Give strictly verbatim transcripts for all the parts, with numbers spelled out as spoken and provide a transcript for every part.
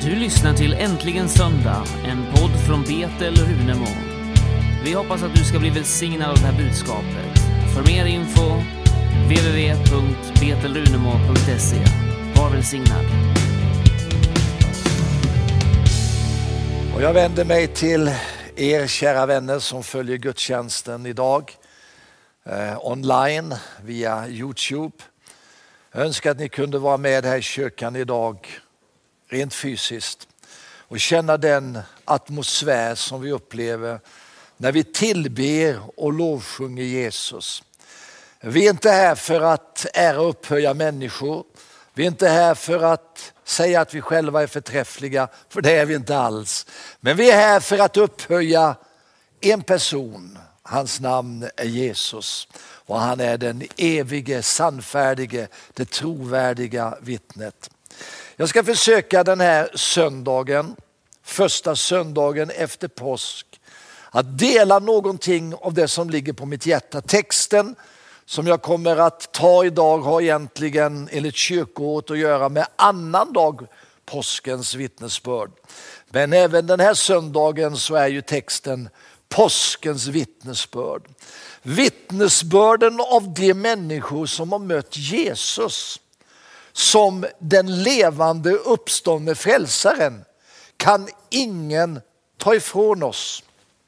Du lyssnar till Äntligen Söndag, en podd från Betel Runemo. Vi hoppas att du ska bli välsignad av det här budskapet. För mer info, w w w punkt betelrunemo punkt se. Var välsignad. Och jag vänder mig till er kära vänner som följer gudstjänsten idag eh, online via YouTube. Jag önskar att ni kunde vara med här i kyrkan idag rent fysiskt och känna den atmosfär som vi upplever när vi tillber och lovsjunger Jesus. Vi är inte här för att ära och upphöja människor. Vi är inte här för att säga att vi själva är förträffliga, för det är vi inte alls. Men vi är här för att upphöja en person. Hans namn är Jesus och han är den evige, sannfärdige, det trovärdiga vittnet. Jag ska försöka den här söndagen, första söndagen efter påsk, att dela någonting av det som ligger på mitt hjärta. Texten som jag kommer att ta idag har egentligen enligt kyrkoåret att göra med annan dag påskens vittnesbörd. Men även den här söndagen så är ju texten påskens vittnesbörd. Vittnesbörden av de människor som har mött Jesus som den levande uppståndne frälsaren kan ingen ta ifrån oss.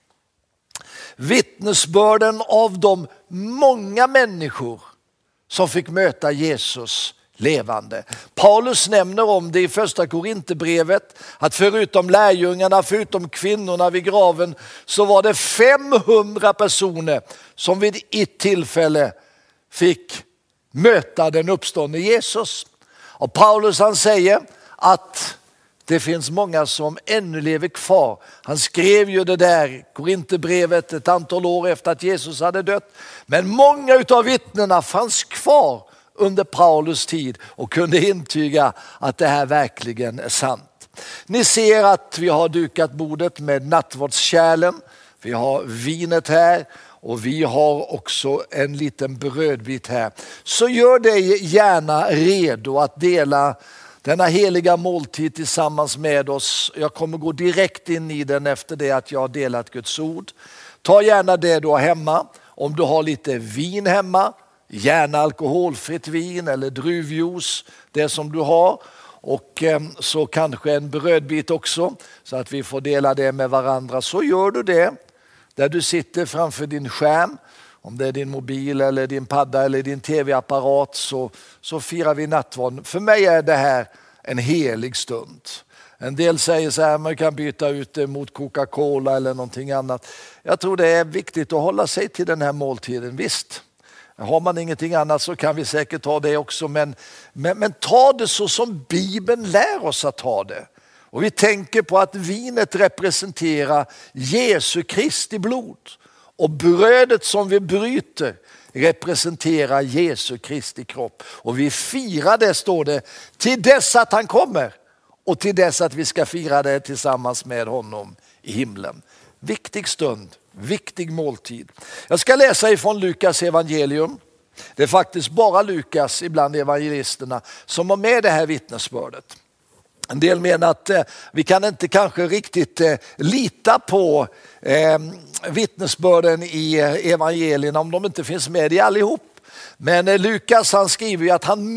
Vittnesbörden av de många människor som fick möta Jesus levande. Paulus nämner om det i första Korinthierbrevet att förutom lärjungarna, förutom kvinnorna vid graven så var det femhundra personer som vid ett tillfälle fick möta den uppståndne Jesus. Och Paulus han säger att det finns många som ännu lever kvar. Han skrev ju det där Korinthierbrevet ett antal år efter att Jesus hade dött. Men många utav vittnena fanns kvar under Paulus tid och kunde intyga att det här verkligen är sant. Ni ser att vi har dukat bordet med nattvardskärlen. Vi har vinet här. Och vi har också en liten brödbit här. Så gör dig gärna redo att dela denna heliga måltid tillsammans med oss. Jag kommer gå direkt in i den efter det att jag har delat Guds ord. Ta gärna det du har hemma. Om du har lite vin hemma, gärna alkoholfritt vin eller druvjuice, det som du har. Och eh, så kanske en brödbit också så att vi får dela det med varandra. Så gör du det. Där du sitter framför din skärm, om det är din mobil eller din padda eller din tv-apparat så, så firar vi nattvarden. För mig är det här en helig stund. En del säger så här, man kan byta ut det mot Coca-Cola eller någonting annat. Jag tror det är viktigt att hålla sig till den här måltiden, visst. Har man ingenting annat så kan vi säkert ta det också, men, men, men ta det så som Bibeln lär oss att ta det. Och vi tänker på att vinet representerar Jesu Kristi blod. Och brödet som vi bryter representerar Jesu Kristi kropp. Och vi firar det, står det, till dess att han kommer. Och till dess att vi ska fira det tillsammans med honom i himlen. Viktig stund, viktig måltid. Jag ska läsa ifrån Lukas evangelium. Det är faktiskt bara Lukas ibland evangelisterna som har med det här vittnesbördet. En del menar att eh, vi kan inte kanske riktigt eh, lita på eh, vittnesbörden i eh, evangelierna om de inte finns med i allihop. Men eh, Lukas han skriver ju att han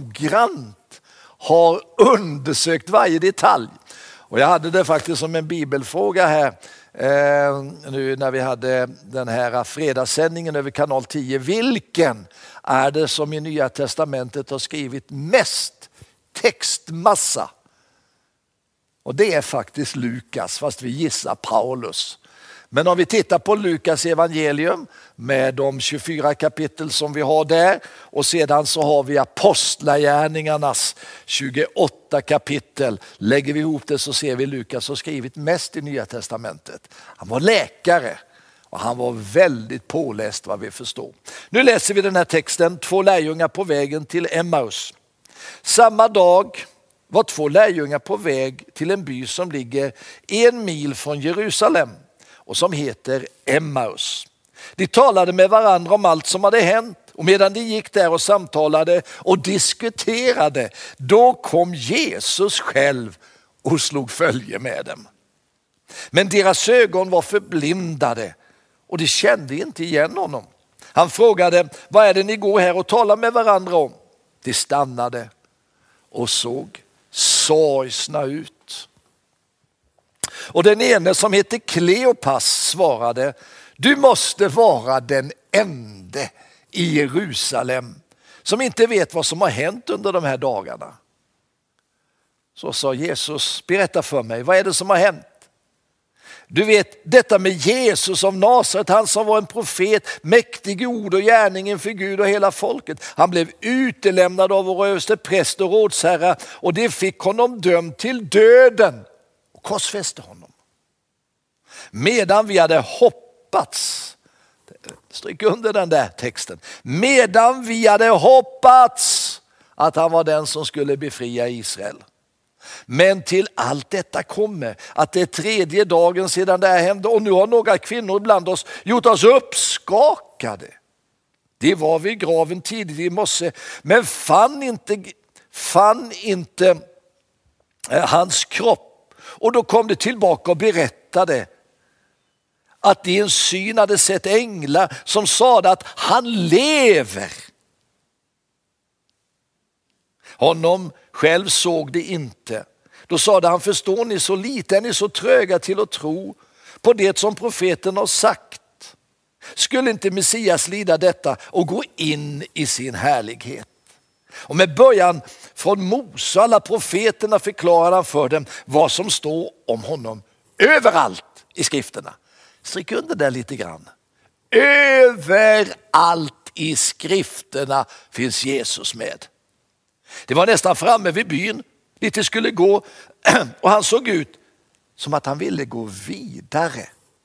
noggrant har undersökt varje detalj. Och jag hade det faktiskt som en bibelfråga här eh, nu när vi hade den här fredagssändningen över kanal tio. Vilken är det som i Nya testamentet har skrivit mest textmassa? Och det är faktiskt Lukas, fast vi gissar Paulus. Men om vi tittar på Lukas evangelium med de tjugofyra kapitel som vi har där. Och sedan så har vi apostlagärningarnas tjugoåtta kapitel. Lägger vi ihop det så ser vi Lukas har skrivit mest i Nya testamentet. Han var läkare och han var väldigt påläst vad vi förstår. Nu läser vi den här texten, två lärjungar på vägen till Emmaus. Samma dag var två lärjungar på väg till en by som ligger en mil från Jerusalem och som heter Emmaus. De talade med varandra om allt som hade hänt och medan de gick där och samtalade och diskuterade, då kom Jesus själv och slog följe med dem. Men deras ögon var förblindade och de kände inte igen honom. Han frågade, vad är det ni går här och talar med varandra om? De stannade och såg sorgsna ut. Och den ene som hette Kleopas svarade, du måste vara den ende i Jerusalem som inte vet vad som har hänt under de här dagarna. Så sa Jesus, berätta för mig, vad är det som har hänt? Du vet detta med Jesus av Nasaret, han som var en profet, mäktig i ord och gärning inför Gud och hela folket. Han blev utelämnad av våra överstepräster och rådsherrar och det fick honom dömd till döden och korsfäste honom. Medan vi hade hoppats, stryk under den där texten, medan vi hade hoppats att han var den som skulle befria Israel. Men till allt detta kommer att det är tredje dagen sedan det här hände och nu har några kvinnor bland oss gjort oss uppskakade. De var vid graven tidigt i morse men fann inte, fann inte eh, hans kropp. Och då kom de tillbaka och berättade att de i en syn hade sett änglar som sade att han lever. Honom själv såg det inte. Då sade han, förstår ni så lite, är ni så tröga till att tro på det som profeten har sagt? Skulle inte Messias lida detta och gå in i sin härlighet? Och med början från Mose, alla profeterna förklarar han för dem vad som står om honom överallt i skrifterna. Stryk under det lite grann. Överallt i skrifterna finns Jesus med. Det var nästan framme vid byn, lite skulle gå och han såg ut som att han ville gå vidare.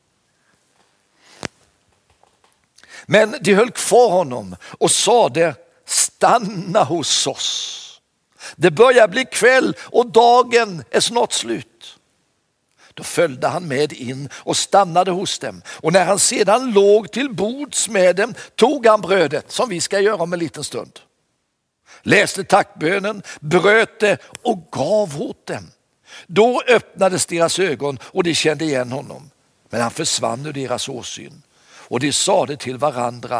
Men de höll kvar honom och sade, stanna hos oss. Det börjar bli kväll och dagen är snart slut. Då följde han med in och stannade hos dem. Och när han sedan låg till bords med dem tog han brödet, som vi ska göra om en liten stund. Läste tackbönen, bröt det och gav åt dem. Då öppnades deras ögon och de kände igen honom. Men han försvann ur deras åsyn. Och de sade till varandra,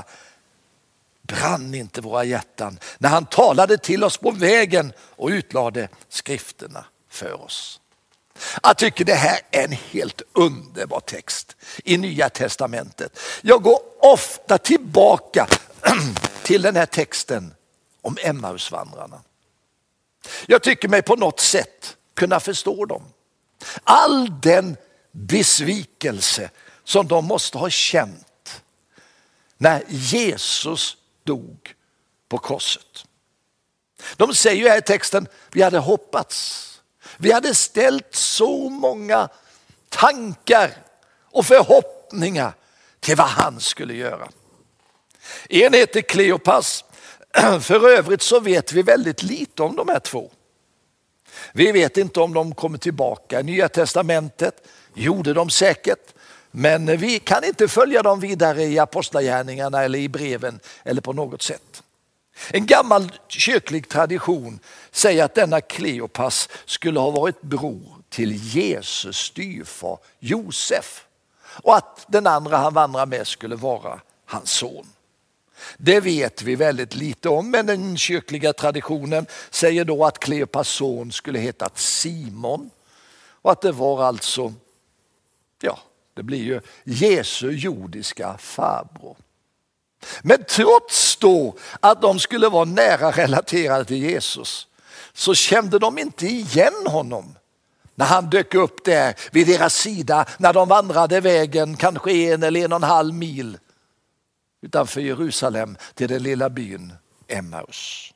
brann inte våra hjärtan när han talade till oss på vägen och utlade skrifterna för oss. Jag tycker det här är en helt underbar text i Nya testamentet. Jag går ofta tillbaka till den här texten om Emmausvandrarna. Jag tycker mig på något sätt kunna förstå dem. All den besvikelse som de måste ha känt när Jesus dog på korset. De säger ju här i texten, vi hade hoppats. Vi hade ställt så många tankar och förhoppningar till vad han skulle göra. En heter Kleopas. För övrigt så vet vi väldigt lite om de här två. Vi vet inte om de kommer tillbaka i Nya testamentet. Gjorde de säkert. Men vi kan inte följa dem vidare i apostlagärningarna eller i breven eller på något sätt. En gammal kyrklig tradition säger att denna Kleopas skulle ha varit bror till Jesus styvfar Josef. Och att den andra han vandrar med skulle vara hans son. Det vet vi väldigt lite om, men den kyrkliga traditionen säger då att Kleopas son skulle heta Simon. Och att det var alltså, ja, det blir ju Jesu jordiska farbror. Men trots då att de skulle vara nära relaterade till Jesus så kände de inte igen honom när han dök upp där vid deras sida när de vandrade vägen kanske en eller en och en halv mil utanför Jerusalem till den lilla byn Emmaus.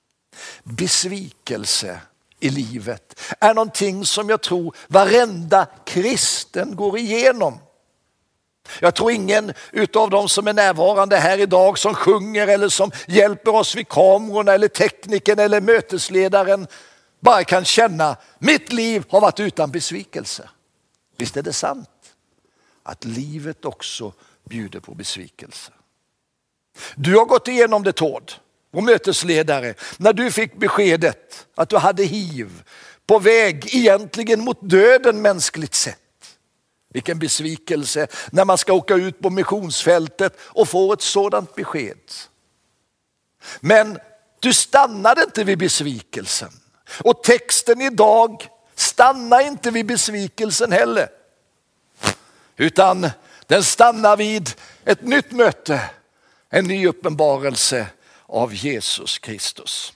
Besvikelse i livet är någonting som jag tror varenda kristen går igenom. Jag tror ingen utav dem som är närvarande här idag som sjunger eller som hjälper oss vid kamerorna eller tekniken eller mötesledaren bara kan känna mitt liv har varit utan besvikelse. Visst är det sant att livet också bjuder på besvikelse. Du har gått igenom det, Tord, och mötesledare, när du fick beskedet att du hade hiv på väg egentligen mot döden mänskligt sett. Vilken besvikelse när man ska åka ut på missionsfältet och få ett sådant besked. Men du stannade inte vid besvikelsen. Och texten idag stannar inte vid besvikelsen heller. Utan den stannar vid ett nytt möte. En ny uppenbarelse av Jesus Kristus.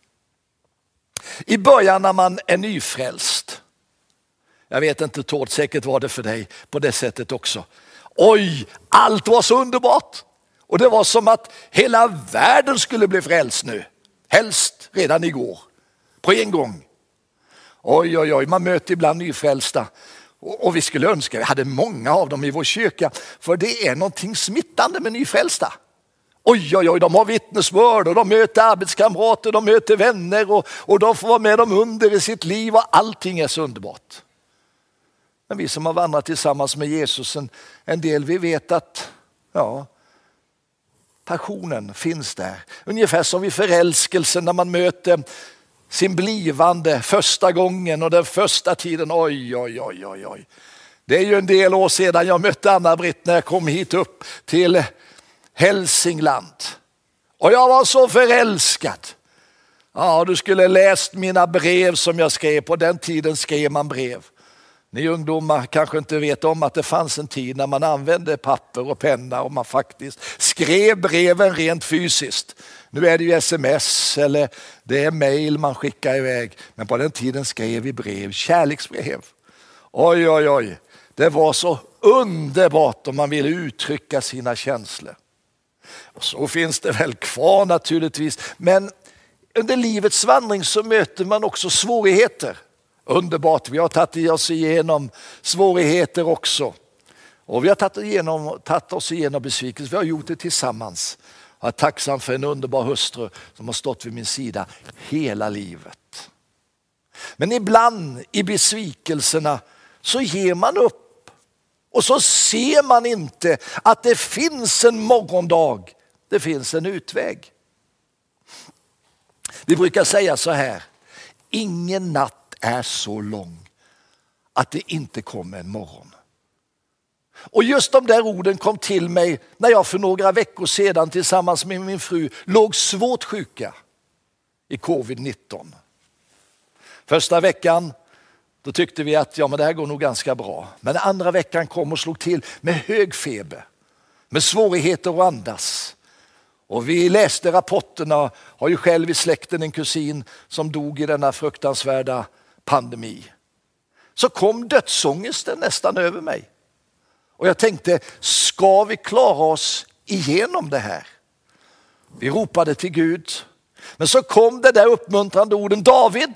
I början när man är nyfrälst. Jag vet inte, Tord, säkert var det för dig på det sättet också. Oj, allt var så underbart. Och det var som att hela världen skulle bli frälst nu. Helst redan igår. På en gång. Oj, oj, oj, man möter ibland nyfrälsta. Och, och vi skulle önska, vi hade många av dem i vår kyrka. För det är någonting smittande med nyfrälsta. Oj, oj, oj, de har vittnesbörd och de möter arbetskamrater, de möter vänner och, och de får vara med dem under i sitt liv och allting är så underbart. Men vi som har vandrat tillsammans med Jesus en, en del, vi vet att ja, passionen finns där. Ungefär som vid förälskelsen när man möter sin blivande första gången och den första tiden. Oj, oj, oj, oj, oj. Det är ju en del år sedan jag mötte Anna-Britt när jag kom hit upp till Hälsingland. Och jag var så förälskad. Ja, du skulle läst mina brev som jag skrev. På den tiden skrev man brev. Ni ungdomar kanske inte vet om att det fanns en tid när man använde papper och penna och man faktiskt skrev breven rent fysiskt. Nu är det ju sms eller det är mejl man skickar iväg. Men på den tiden skrev vi brev, kärleksbrev. Oj, oj, oj. Det var så underbart om man ville uttrycka sina känslor. Och så finns det väl kvar naturligtvis. Men under livets vandring så möter man också svårigheter. Underbart, vi har tagit oss igenom svårigheter också. Och vi har tagit, igenom, tagit oss igenom besvikelse. Vi har gjort det tillsammans. Jag är tacksam för en underbar hustru som har stått vid min sida hela livet. Men ibland i besvikelserna så ger man upp. Och så ser man inte att det finns en morgondag. Det finns en utväg. Vi brukar säga så här. Ingen natt är så lång att det inte kommer en morgon. Och just de där orden kom till mig när jag för några veckor sedan tillsammans med min fru låg svårt sjuka i covid nitton. Första veckan då tyckte vi att ja, men det här går nog ganska bra. Men andra veckan kom och slog till med hög feber, med svårigheter att andas. Och vi läste rapporterna, har ju själv i släkten en kusin som dog i denna fruktansvärda pandemi. Så kom dödsångesten nästan över mig. Och jag tänkte, ska vi klara oss igenom det här? Vi ropade till Gud. Men så kom det där uppmuntrande orden, David,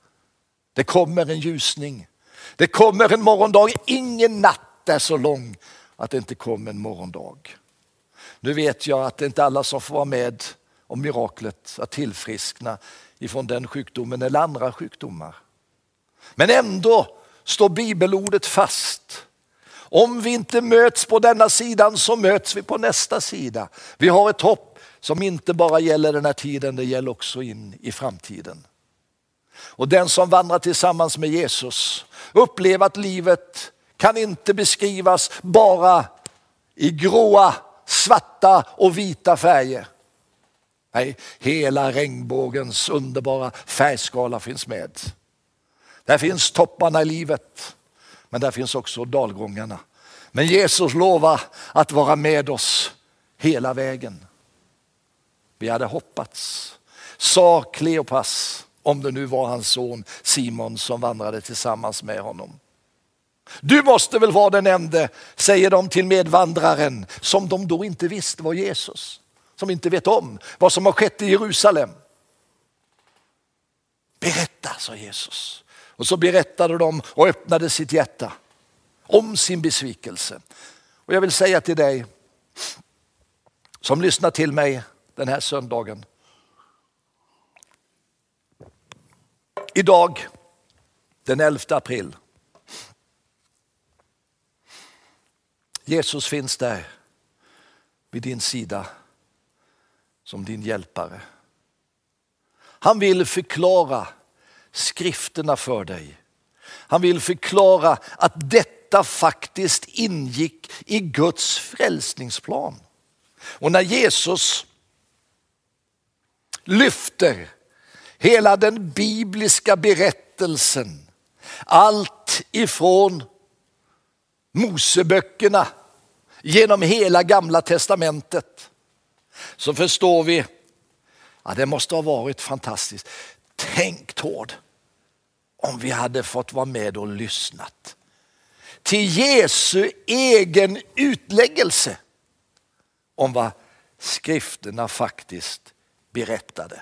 det kommer en ljusning. Det kommer en morgondag, ingen natt är så lång att det inte kommer en morgondag. Nu vet jag att det inte är alla som får vara med om miraklet att tillfriskna ifrån den sjukdomen eller andra sjukdomar. Men ändå står bibelordet fast. Om vi inte möts på denna sidan så möts vi på nästa sida. Vi har ett hopp som inte bara gäller den här tiden, det gäller också in i framtiden. Och den som vandrar tillsammans med Jesus upplever att livet kan inte beskrivas bara i gråa, svarta och vita färger. Nej, hela regnbågens underbara färgskala finns med. Där finns topparna i livet, men där finns också dalgångarna. Men Jesus lovar att vara med oss hela vägen. Vi hade hoppats, sa Kleopas, om det nu var hans son Simon som vandrade tillsammans med honom. Du måste väl vara den enda, säger de till medvandraren, som de då inte visste var Jesus. Som inte vet om vad som har skett i Jerusalem. Berätta, sa Jesus. Och så berättade de och öppnade sitt hjärta om sin besvikelse. Och jag vill säga till dig som lyssnar till mig den här söndagen. Idag, den elfte april. Jesus finns där vid din sida som din hjälpare. Han vill förklara skrifterna för dig. Han vill förklara att detta faktiskt ingick i Guds frälsningsplan. Och när Jesus lyfter hela den bibliska berättelsen, allt ifrån Moseböckerna genom hela Gamla testamentet, så förstår vi att det måste ha varit fantastiskt. Tänk Tord, om vi hade fått vara med och lyssnat till Jesu egen utläggelse om vad skrifterna faktiskt berättade.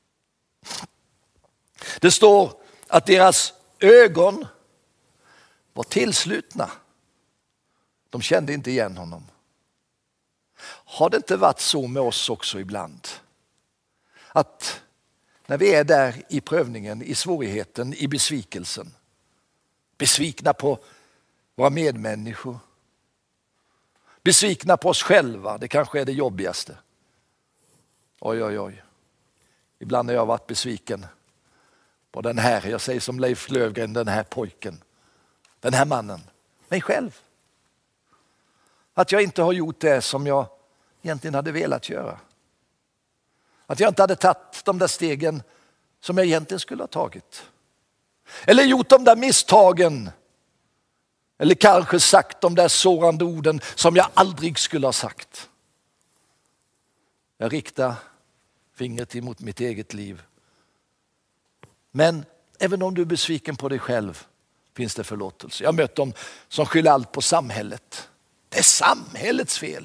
Det står att deras ögon var tillslutna. De kände inte igen honom. Har det inte varit så med oss också ibland? Att när vi är där i prövningen, i svårigheten, i besvikelsen, besvikna på våra medmänniskor, besvikna på oss själva, det kanske är det jobbigaste. Oj, oj, oj. Ibland har jag varit besviken på den här, jag säger som Leif Löfgren, den här pojken, den här mannen, mig själv. Att jag inte har gjort det som jag egentligen hade velat göra. Att jag inte hade tagit de där stegen som jag egentligen skulle ha tagit. Eller gjort de där misstagen. Eller kanske sagt de där sårande orden som jag aldrig skulle ha sagt. Jag riktar fingret emot mitt eget liv. Men även om du är besviken på dig själv finns det förlåtelse. Jag möter dem som skyller allt på samhället. Det är samhällets fel.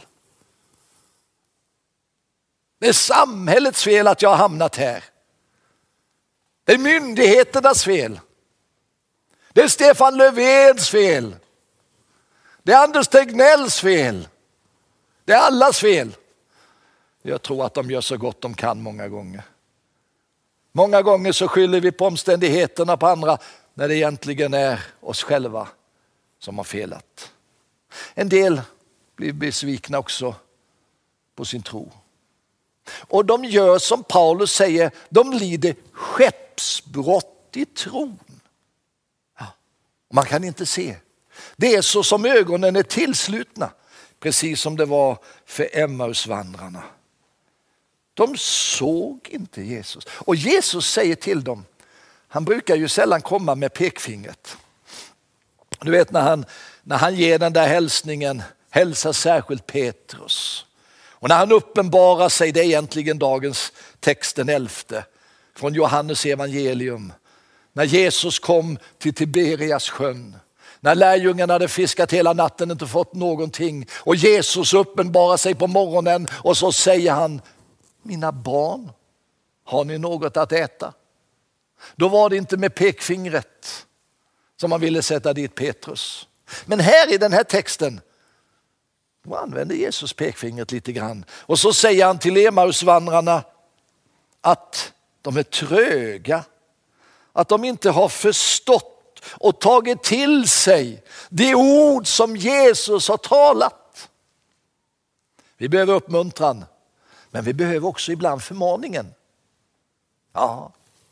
Det är samhällets fel att jag har hamnat här. Det är myndigheternas fel. Det är Stefan Löfvens fel. Det är Anders Tegnells fel. Det är allas fel. Jag tror att de gör så gott de kan många gånger. Många gånger så skyller vi på omständigheterna på andra när det egentligen är oss själva som har felat. En del blir besvikna också på sin tro. Och de gör som Paulus säger, de lider skeppsbrott i tron. Ja, man kan inte se. Det är så som ögonen är tillslutna, precis som det var för Emmausvandrarna. De såg inte Jesus. Och Jesus säger till dem, han brukar ju sällan komma med pekfingret. Du vet när han, när han ger den där hälsningen, hälsar särskilt Petrus. Och när han uppenbarar sig, det är egentligen dagens text den elfte från Johannes evangelium. När Jesus kom till Tiberias sjön. När lärjungarna hade fiskat hela natten och inte fått någonting. Och Jesus uppenbarar sig på morgonen och så säger han, mina barn, har ni något att äta? Då var det inte med pekfingret som man ville sätta dit Petrus. Men här i den här texten, då använder Jesus pekfingret lite grann. Och så säger han till Emmausvandrarna att de är tröga. Att de inte har förstått och tagit till sig det ord som Jesus har talat. Vi behöver uppmuntran. Men vi behöver också ibland förmaningen. Ja.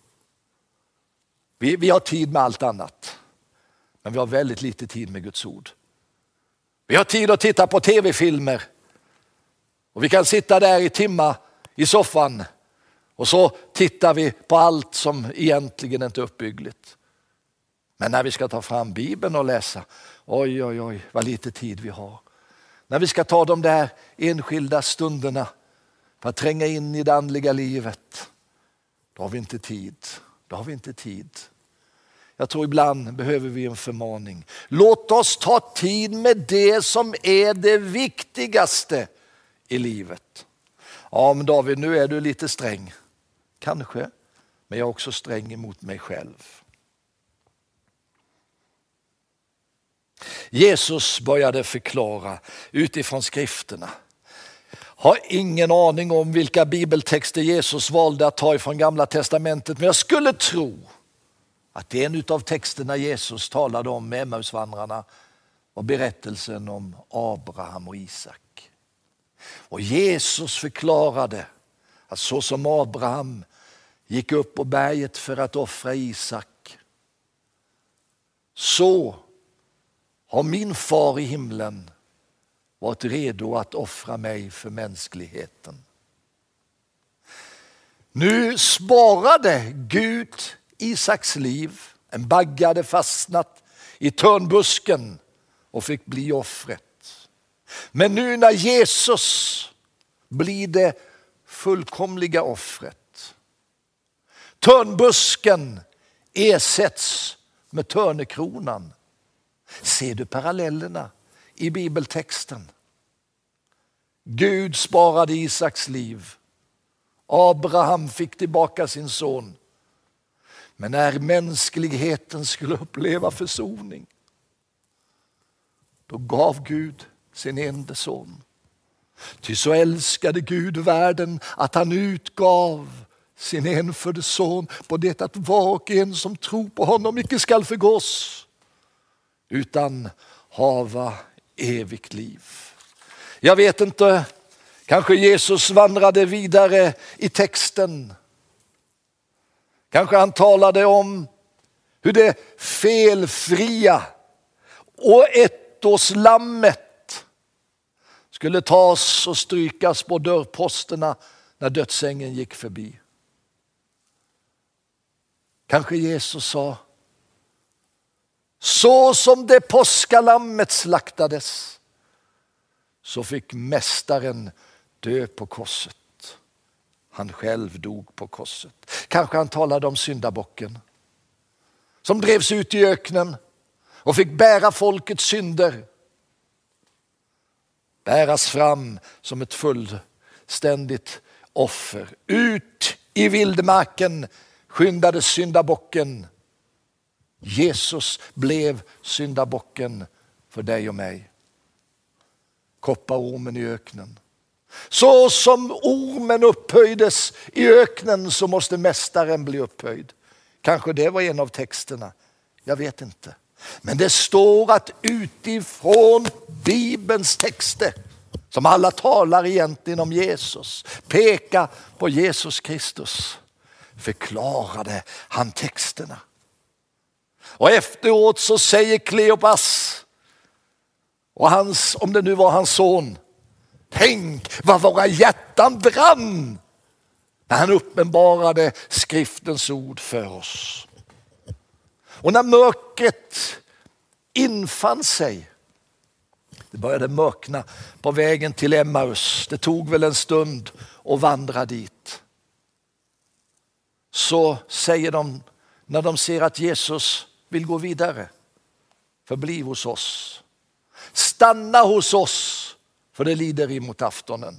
Vi, vi har tid med allt annat. Men vi har väldigt lite tid med Guds ord. Vi har tid att titta på tv-filmer. Och vi kan sitta där i timmar i soffan. Och så tittar vi på allt som egentligen inte är uppbyggligt. Men när vi ska ta fram Bibeln och läsa. Oj, oj, oj, vad lite tid vi har. När vi ska ta de där enskilda stunderna. För att tränga in i det andliga livet. Då har vi inte tid. Då har vi inte tid. Jag tror ibland behöver vi en förmaning. Låt oss ta tid med det som är det viktigaste i livet. Ja, men David, nu är du lite sträng. Kanske. Men jag är också sträng emot mig själv. Jesus började förklara utifrån skrifterna. Har ingen aning om vilka bibeltexter Jesus valde att ta ifrån Gamla testamentet. Men jag skulle tro att det är en av texterna Jesus talade om med Emmausvandrarna var berättelsen om Abraham och Isak. Och Jesus förklarade att så som Abraham gick upp på berget för att offra Isak, så har min far i himlen varit redo att offra mig för mänskligheten. Nu sparade Gud Isaks liv. En bagge hade fastnat i törnbusken och fick bli offret. Men nu när Jesus blir det fullkomliga offret. Törnbusken ersätts med törnekronan. Ser du parallellerna i bibeltexten? Gud sparade Isaks liv. Abraham fick tillbaka sin son. Men när mänskligheten skulle uppleva försoning, då gav Gud sin enda son. Ty så älskade Gud världen att han utgav sin enfödde son, på det att var och en som tror på honom icke skall förgås, utan hava evigt liv. Jag vet inte, kanske Jesus vandrade vidare i texten. Kanske han talade om hur det felfria och ettårslammet skulle tas och strykas på dörrposterna när dödsängeln gick förbi. Kanske Jesus sa: så som det påskalammet slaktades, så fick mästaren dö på korset. Han själv dog på korset. Kanske han talade om syndabocken som drevs ut i öknen och fick bära folkets synder. Bäras fram som ett fullständigt offer. Ut i vildmarken skyndade syndabocken. Jesus blev syndabocken för dig och mig. Kopparormen i öknen. Så som ormen upphöjdes i öknen, så måste mästaren bli upphöjd. Kanske det var en av texterna. Jag vet inte. Men det står att utifrån Bibelns texter, som alla talar egentligen om Jesus, pekar på Jesus Kristus, förklarade han texterna. Och efteråt så säger Kleopas och hans, om det nu var hans son: tänk vad våra hjärtan brann när han uppenbarade skriftens ord för oss. Och när mörkret infann sig, det började mörkna på vägen till Emmaus, det tog väl en stund att vandra dit, så säger de, när de ser att Jesus vill gå vidare: förbli hos oss, stanna hos oss, för det lider emot aftonen.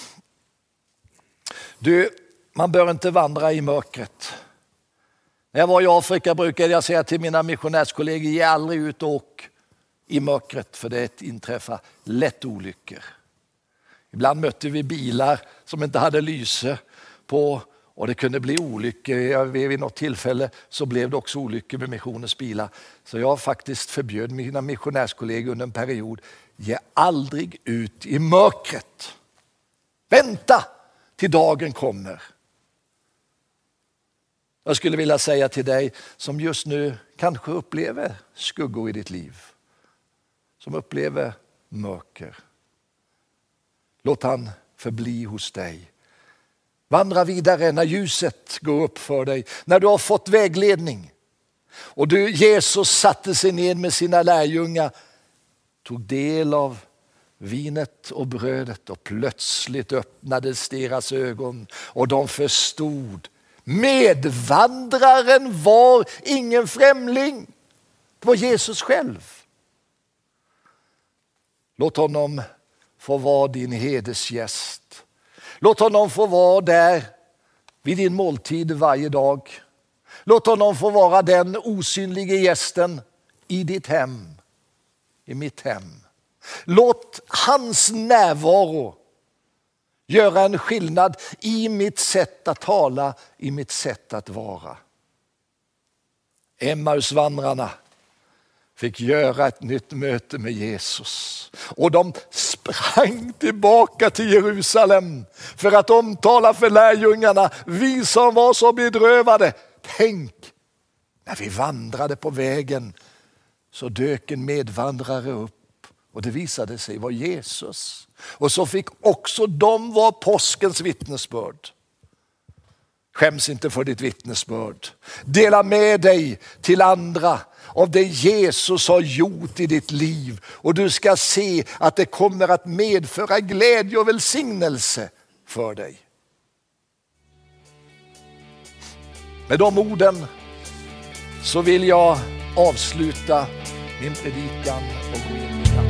Du, man bör inte vandra i mörkret. När jag var i Afrika brukade jag säga till mina missionärskollegor: ge aldrig ut och åk i mörkret, för det inträffar lätt olyckor. Ibland mötte vi bilar som inte hade lyse på, och det kunde bli olyckor. Vid något tillfälle så blev det också olyckor med missionens bilar. Så jag faktiskt förbjöd mina missionärskollegor under en period: ge aldrig ut i mörkret. Vänta till dagen kommer. Jag skulle vilja säga till dig som just nu kanske upplever skuggor i ditt liv, som upplever mörker: låt han förbli hos dig. Vandra vidare när ljuset går upp för dig, när du har fått vägledning. Och du, Jesus satte sig ner med sina lärjungar, tog del av vinet och brödet, och plötsligt öppnades deras ögon och de förstod: medvandraren var ingen främling, det var Jesus själv. Låt honom få vara din hedersgäst. Låt honom få vara där vid din måltid varje dag. Låt honom få vara den osynliga gästen i ditt hem, i mitt hem. Låt hans närvaro göra en skillnad i mitt sätt att tala, i mitt sätt att vara. Emmausvandrarna fick göra ett nytt möte med Jesus. Och de sprang tillbaka till Jerusalem för att omtala för lärjungarna, vi som var så bedrövade. Tänk, när vi vandrade på vägen så dök en medvandrare upp och det visade sig vara Jesus. Och så fick också de vara påskens vittnesbörd. Skäms inte för ditt vittnesbörd. Dela med dig till andra av det Jesus har gjort i ditt liv. Och du ska se att det kommer att medföra glädje och välsignelse för dig. Med de orden så vill jag avsluta min predikan och gå in i natten.